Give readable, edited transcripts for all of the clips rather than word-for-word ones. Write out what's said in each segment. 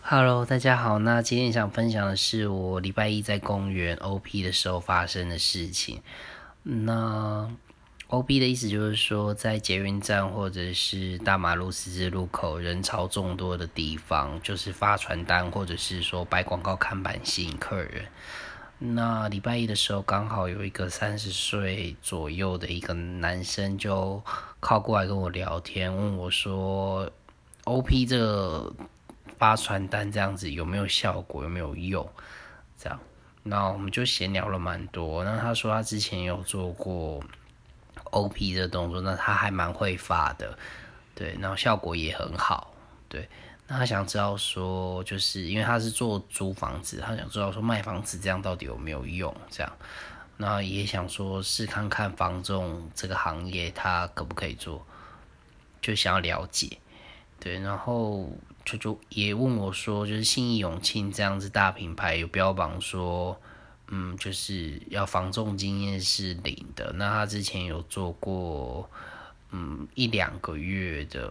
Hello，大家好。那今天想分享的是我礼拜一在公园 OP 的时候发生的事情。那 OP 的意思就是说，在捷运站或者是大马路十字路口人潮众多的地方，就是发传单或者是说摆广告看板吸引客人。那礼拜一的时候，刚好有一个30岁左右的一个男生就靠过来跟我聊天，问我说：“OP 这个发传单这样子有没有效果，有没有用？”这样，那我们就闲聊了蛮多。那他说他之前有做过 OP 的动作，那他还蛮会发的，对，然后效果也很好，对。那他想知道说，就是因为他是做租房子，他想知道说卖房子这样到底有没有用，这样。那也想说试看看房仲这个行业他可不可以做，就想要了解。对，然后就也问我说，就是信义永庆这样子大品牌有标榜说，就是要房仲经验是零的。那他之前有做过，1-2个月的，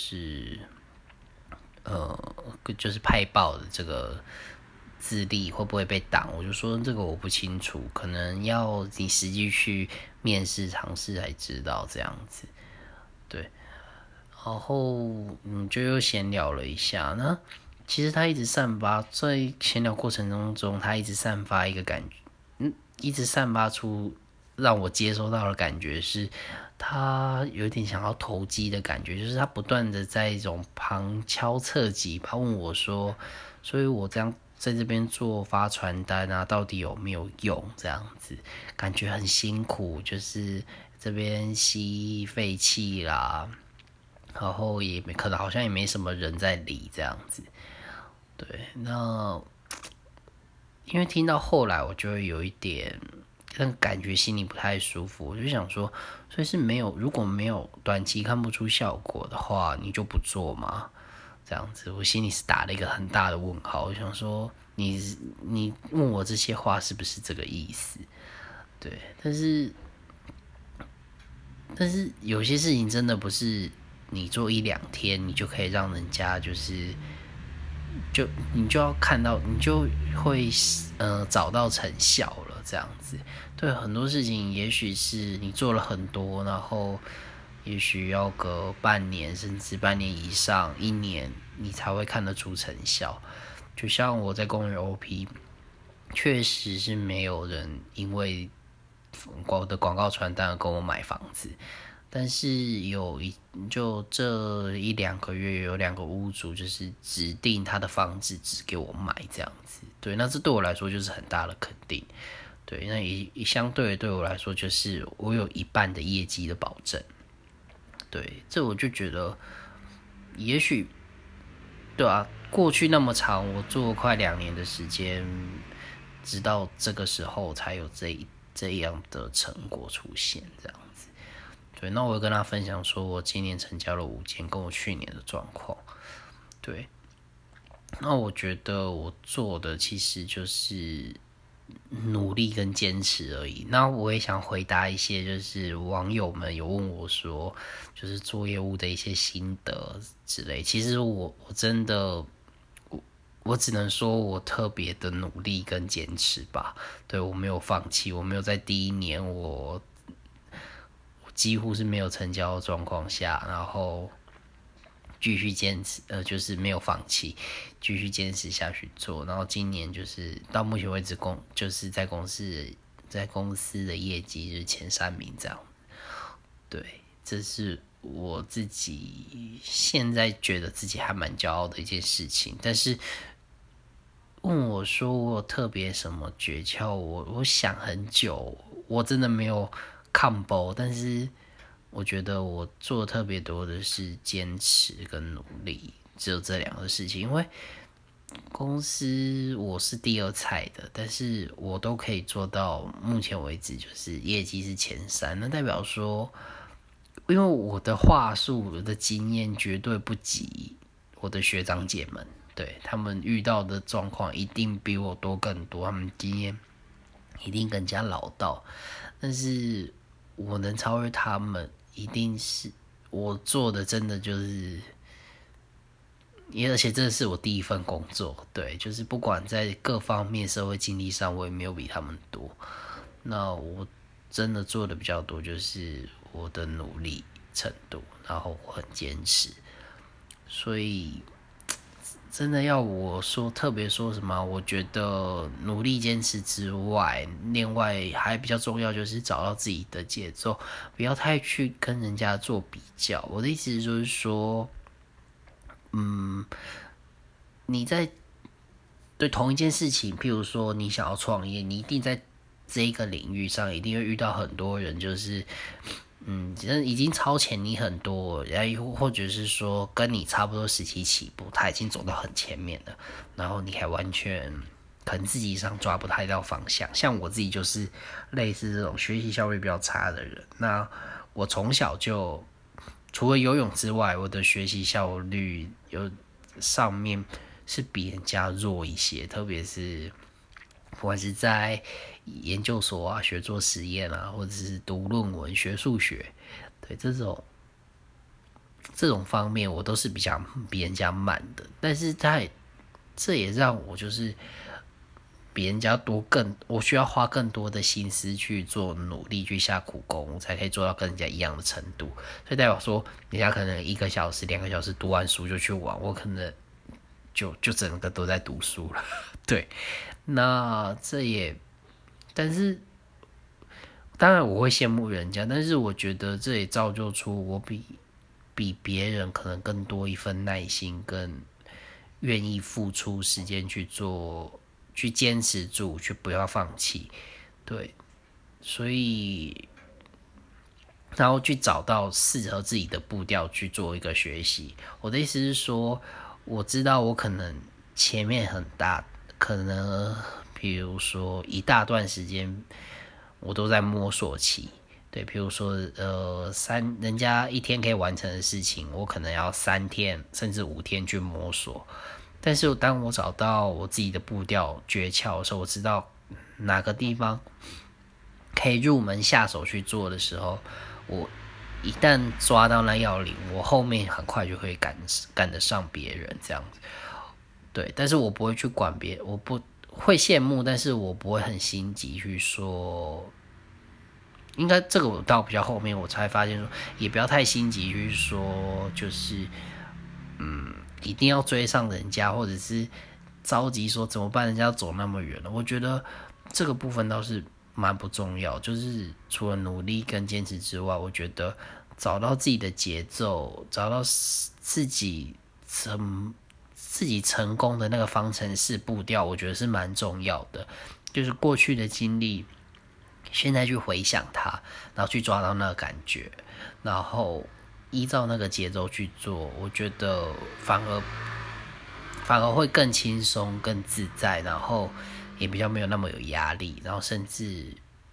就是派报的这个资历会不会被挡？我就说这个我不清楚，可能要你实际去面试尝试才知道这样子。对，然后就又闲聊了一下。那其实他一直散发在闲聊过程中，他一直散发一个感觉，一直散发出让我接收到的感觉是，他有点想要投机的感觉，就是他不断的在一种旁敲侧击，他问我说，所以我这样在这边做发传单啊，到底有没有用？这样子感觉很辛苦，就是这边吸废气啦。然后也没可能，好像也没什么人在理这样子。对，那因为听到后来，我就会有一点，但感觉心里不太舒服。我就想说，所以是没有，如果没有短期看不出效果的话，你就不做吗？这样子，我心里是打了一个很大的问号。我想说，你问我这些话是不是这个意思？对，但是有些事情真的不是你做1-2天，你就可以让人家你就要看到，你就会找到成效了，这样子。对，很多事情也许是你做了很多，然后也许要隔半年，甚至半年以上1年，你才会看得出成效。就像我在公园 OP，确实是没有人因为我的广告传单跟我买房子，但是就这1-2个月，有2个屋主就是指定他的房子只给我买这样子。对，那这对我来说就是很大的肯定。对，那也相对对我来说就是我有一半的业绩的保证。对，这我就觉得，也许对啊，过去那么长，我做快2年的时间，直到这个时候才有这样的成果出现，这样子。对，那我有跟他分享说，我今年成交了5件，跟我去年的状况。对，那我觉得我做的其实就是努力跟坚持而已。那我也想回答一些，就是网友们有问我说，就是做业务的一些心得之类。其实我真的，我只能说我特别的努力跟坚持吧。对，我没有放弃，我没有在第一年我几乎是没有成交的状况下，然后继续坚持，就是没有放弃，继续坚持下去做。然后今年就是到目前为止就是在公司的业绩就是前3名这样。对，这是我自己现在觉得自己还蛮骄傲的一件事情。但是问我说我有特别什么诀窍，我想很久，我真的没有看包，但是我觉得我做的特别多的是坚持跟努力，只有这2个事情。因为公司我是第二菜的，但是我都可以做到目前为止就是业绩是前3，那代表说，因为我的话术、我的经验绝对不及我的学长姐们，对，他们遇到的状况一定比我多更多，他们经验一定更加老道，但是我能超越他们，一定是我做的真的就是而且这是我第一份工作，对，就是不管在各方面社会经历上，我也没有比他们多。那我真的做的比较多，就是我的努力程度，然后我很坚持，所以真的要我说特别说什么，我觉得努力坚持之外，另外还比较重要就是找到自己的节奏，不要太去跟人家做比较。我的意思就是说，你在对同一件事情，譬如说你想要创业，你一定在这一个领域上一定会遇到很多人，就是已经超前你很多，然后或者是说跟你差不多时期起步，他已经走到很前面了，然后你还完全可能自己上抓不太到方向。像我自己就是类似这种学习效率比较差的人，那我从小就除了游泳之外，我的学习效率上面是比人家弱一些，特别是不管是在研究所啊学做实验啊，或者是读论文学数学，对这种方面我都是比人家慢的，但是这也让我就是比人家我需要花更多的心思去做努力，去下苦功，才可以做到跟人家一样的程度。所以代表说，人家可能1个小时、2个小时读完书就去玩，我可能就整个都在读书了。对，那但是当然我会羡慕人家，但是我觉得这也造就出我比别人可能更多一份耐心，更愿意付出时间去做，去坚持住，去不要放弃。对，所以然后去找到适合自己的步调去做一个学习。我的意思是说，我知道我可能前面很大，可能比如说一大段时间我都在摸索期。对，比如说人家一天可以完成的事情，我可能要3天甚至5天去摸索。但是当我找到我自己的步调诀窍的时候，我知道哪个地方可以入门下手去做的时候，我一旦抓到那要领，我后面很快就会赶得上别人这样子。对，但是我不会去管我不会羡慕，但是我不会很心急去说。应该这个我到比较后面，我才发现说，也不要太心急去说，就是一定要追上人家，或者是着急说怎么办，人家要走那么远了。我觉得这个部分倒是蛮不重要，就是除了努力跟坚持之外，我觉得找到自己的节奏，找到自己成功的那个方程式步调，我觉得是蛮重要的。就是过去的经历，现在去回想它，然后去抓到那个感觉，然后依照那个节奏去做，我觉得反而会更轻松、更自在，然后也比较没有那么有压力，然后甚至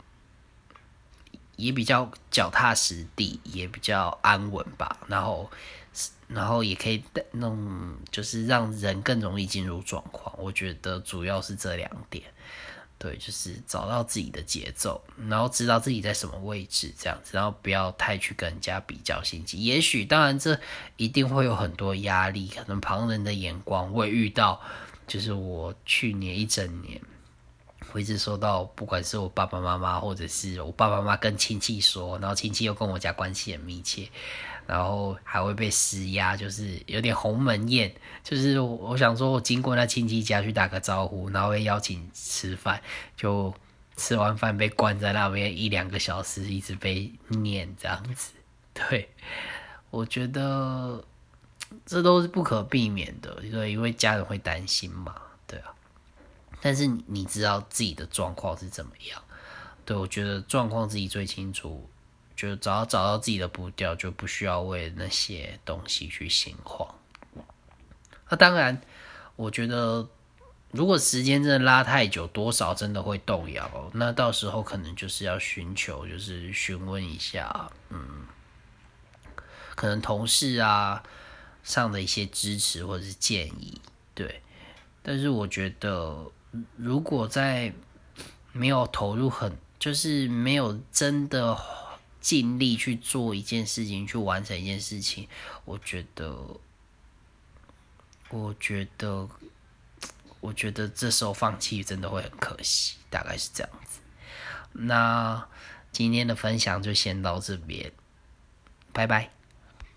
也比较脚踏实地，也比较安稳吧。然后也可以弄，就是让人更容易进入状况。我觉得主要是这2点。对，就是找到自己的节奏，然后知道自己在什么位置，这样子，然后不要太去跟人家比较心机。也许，当然，这一定会有很多压力，可能旁人的眼光会遇到。就是我去年一整年，我一直收到，不管是我爸爸妈妈，或者是我爸爸妈妈跟亲戚说，然后亲戚又跟我家关系很密切，然后还会被施压，就是有点鸿门宴。就是我想说，我经过那亲戚家去打个招呼，然后会邀请吃饭，就吃完饭被关在那边1-2个小时，一直被念这样子。对，我觉得这都是不可避免的，对，因为家人会担心嘛，对啊。但是你知道自己的状况是怎么样？对，我觉得状况自己最清楚，就找到自己的步调，就不需要为那些东西去心慌。那当然，我觉得如果时间真的拉太久，多少真的会动摇。那到时候可能就是要就是询问一下，可能同事啊上的一些支持或者是建议，对。但是我觉得，如果在没有投入就是没有真的尽力去做一件事情，去完成一件事情，我觉得我觉得，这时候放弃真的会很可惜，大概是这样子。那今天的分享就先到这边，拜拜。